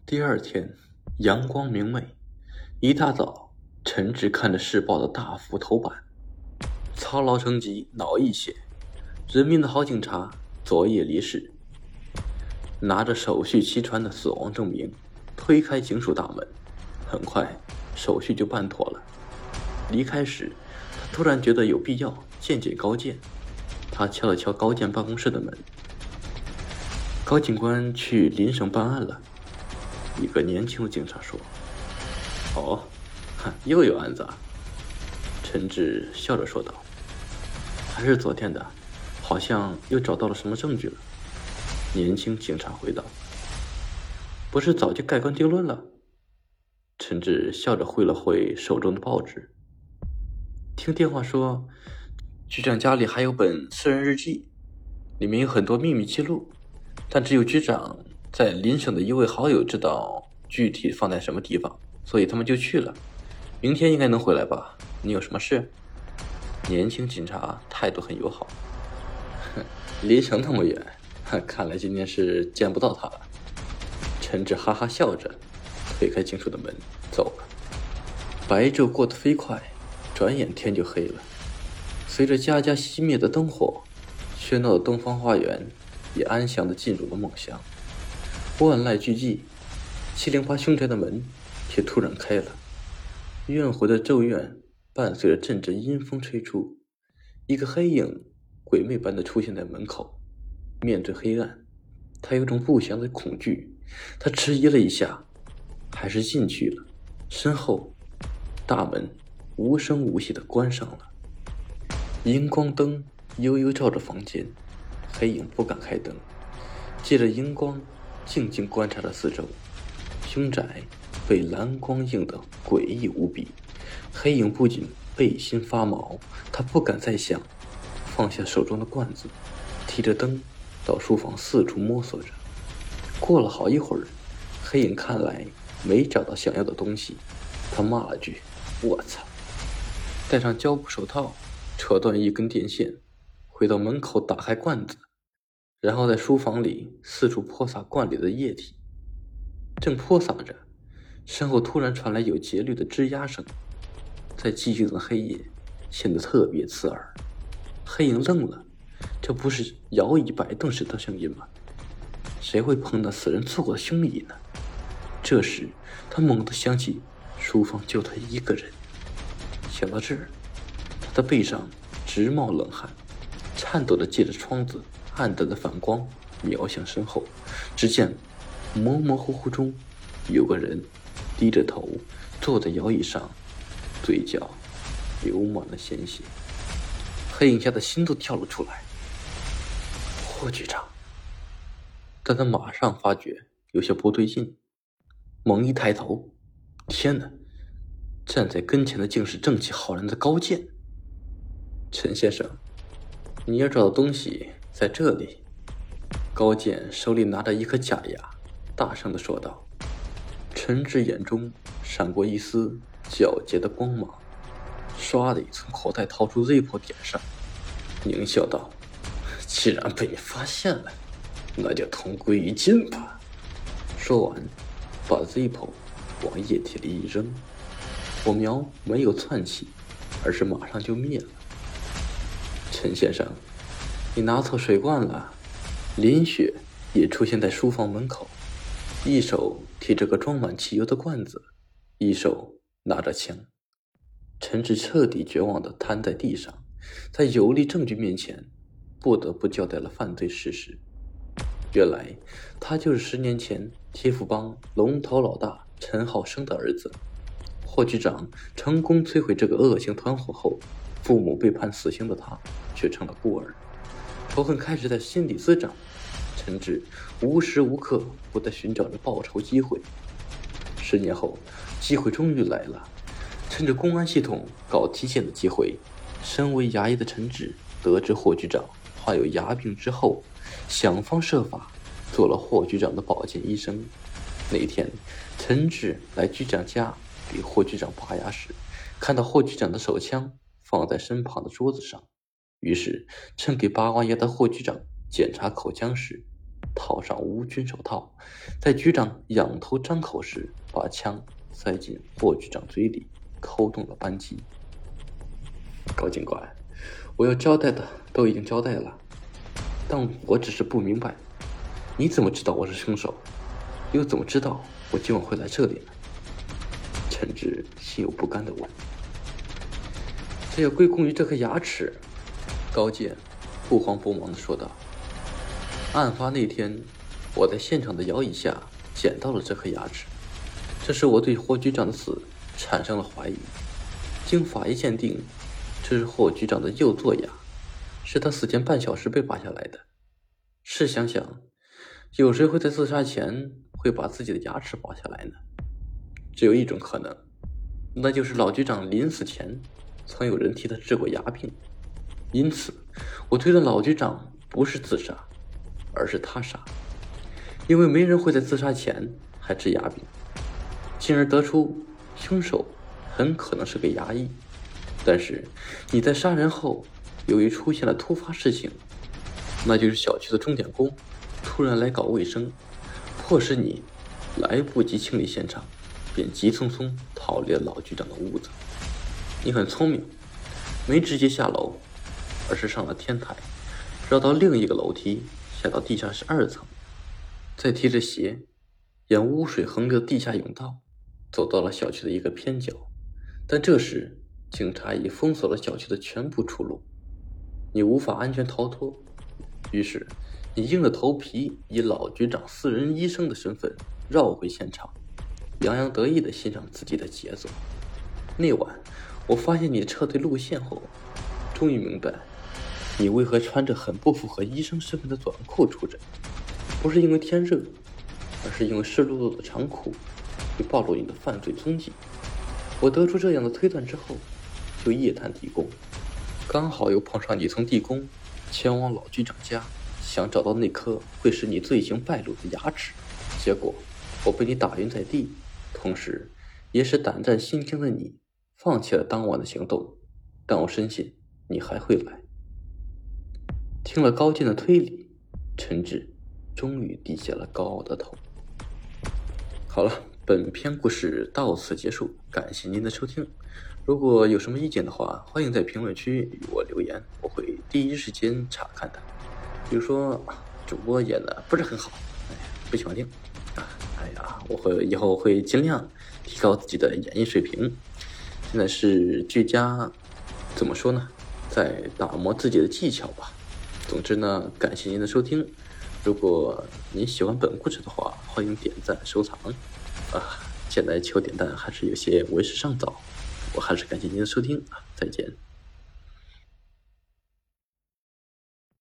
第二天，阳光明媚。一大早，陈志看着市报的大幅头版，操劳成疾，脑溢血，人民的好警察昨夜离世。拿着手续齐全的死亡证明，推开警署大门，很快手续就办妥了。离开时，他突然觉得有必要见见高健。他敲了敲高健办公室的门。高警官去邻省办案了。一个年轻的警察说：“哦，又有案子啊。”陈志笑着说道：“还是昨天的，好像又找到了什么证据了。”年轻警察回道：“不是早就盖棺定论了？”陈志笑着挥了挥手中的报纸。听电话说，局长家里还有本私人日记，里面有很多秘密记录，但只有局长在邻省的一位好友知道具体放在什么地方，所以他们就去了。明天应该能回来吧？你有什么事？年轻警察态度很友好。离城那么远，看来今天是见不到他了。陈志哈哈笑着推开警署的门走了。白昼过得飞快，转眼天就黑了。随着家家熄灭的灯火，喧闹的东方花园也安详地进入了梦乡。万籁俱寂，708凶宅的门却突然开了。怨魂的咒怨伴随着阵阵阴风吹出，一个黑影鬼魅般的出现在门口。面对黑暗，他有种不祥的恐惧，他迟疑了一下，还是进去了。身后大门无声无息地关上了。荧光灯悠悠照着房间，黑影不敢开灯，借着荧光静静观察着四周。凶宅被蓝光映得诡异无比，黑影不仅背心发毛，他不敢再想，放下手中的罐子，提着灯到书房四处摸索着。过了好一会儿，黑影看来没找到想要的东西，他骂了句：“我操！”戴上胶布手套，扯断一根电线，回到门口打开罐子，然后在书房里四处泼洒罐里的液体。正泼洒着，身后突然传来有节律的吱呀声，在寂静的黑夜显得特别刺耳。黑影愣了，这不是摇椅摆动时的声音吗？谁会碰到死人做过的凶椅呢？这时他猛地想起书房就他一个人。想到这儿，他的背上直冒冷汗，颤抖着借着窗子暗淡的反光瞄向身后。只见模模糊糊中有个人低着头坐在摇椅上，嘴角流满了鲜血。黑影下的心都跳了出来。霍局长！但他马上发觉有些不对劲，猛一抬头，天哪！站在跟前的竟是正气浩然的高健。陈先生，你要找的东西在这里。高健手里拿着一颗假牙，大声地说道。陈志眼中闪过一丝皎洁的光芒，唰的从口袋掏出 Zippo 点上，狞笑道：“既然被你发现了，那就同归于尽吧。”说完，把 Zippo 往液体里一扔，火苗没有窜起，而是马上就灭了。陈先生，你拿错水罐了。林雪也出现在书房门口，一手提着个装满汽油的罐子，一手拿着枪。陈志彻底绝望地瘫在地上，在有力证据面前，不得不交代了犯罪事实。原来他就是10年前铁府帮龙头老大陈浩生的儿子。霍局长成功摧毁这个恶性团伙后，父母被判死刑的他却成了孤儿，仇恨开始在心底滋长。陈志无时无刻不在寻找着报仇机会。10年后，机会终于来了。趁着公安系统搞体检的机会，身为牙医的陈志得知霍局长患有牙病之后，想方设法做了霍局长的保健医生。那天，陈志来局长家给霍局长拔牙时，看到霍局长的手枪放在身旁的桌子上，于是趁给拔完牙的霍局长检查口腔时， 套上无菌手套，在局长仰头张口时，把枪塞进霍局长嘴里，扣动了扳机。高警官，我要交代的都已经交代了，但我只是不明白，你怎么知道我是凶手，又怎么知道我今晚会来这里呢？陈志心有不甘地问。这要归功于这颗牙齿，高健不慌不忙地说道。案发那天，我在现场的摇椅下捡到了这颗牙齿，这使我对霍局长的死产生了怀疑。经法医鉴定，这是霍局长的右座牙，是他死前半小时被拔下来的。试想想，有谁会在自杀前会把自己的牙齿拔下来呢？只有一种可能，那就是老局长临死前曾有人替他治过牙病，因此我推断老局长不是自杀，而是他杀，因为没人会在自杀前还治牙病，进而得出凶手很可能是个牙医。但是你在杀人后，由于出现了突发事情，那就是小区的钟点工突然来搞卫生，迫使你来不及清理现场，便急匆匆逃离了老局长的屋子。你很聪明，没直接下楼，而是上了天台，绕到另一个楼梯，下到地下室2层，再提着鞋沿污水横流的地下甬道走到了小区的一个偏角。但这时警察已封锁了小区的全部出路，你无法安全逃脱，于是你硬着头皮以老局长私人医生的身份绕回现场，洋洋得意地欣赏自己的杰作。那晚我发现你的撤退路线后，终于明白你为何穿着很不符合医生身份的短裤出诊，不是因为天热，而是因为湿漉漉的长裤会暴露你的犯罪踪迹。我得出这样的推断之后，就夜探地宫，刚好又碰上你从地宫前往老局长家，想找到那颗会使你罪行败露的牙齿，结果我被你打晕在地，同时也使胆战心惊的你放弃了当晚的行动，但我深信你还会来。听了高健的推理，陈志终于低下了高傲的头。好了，本篇故事到此结束，感谢您的收听。如果有什么意见的话，欢迎在评论区与我留言，我会第一时间查看的。比如说主播演的不是很好，不喜欢听我以后会尽量提高自己的演绎水平。现在是居家怎么说呢，在打磨自己的技巧吧。总之呢，感谢您的收听。如果您喜欢本故事的话，欢迎点赞收藏。现在求点赞还是有些为时尚早，我还是感谢您的收听，再见。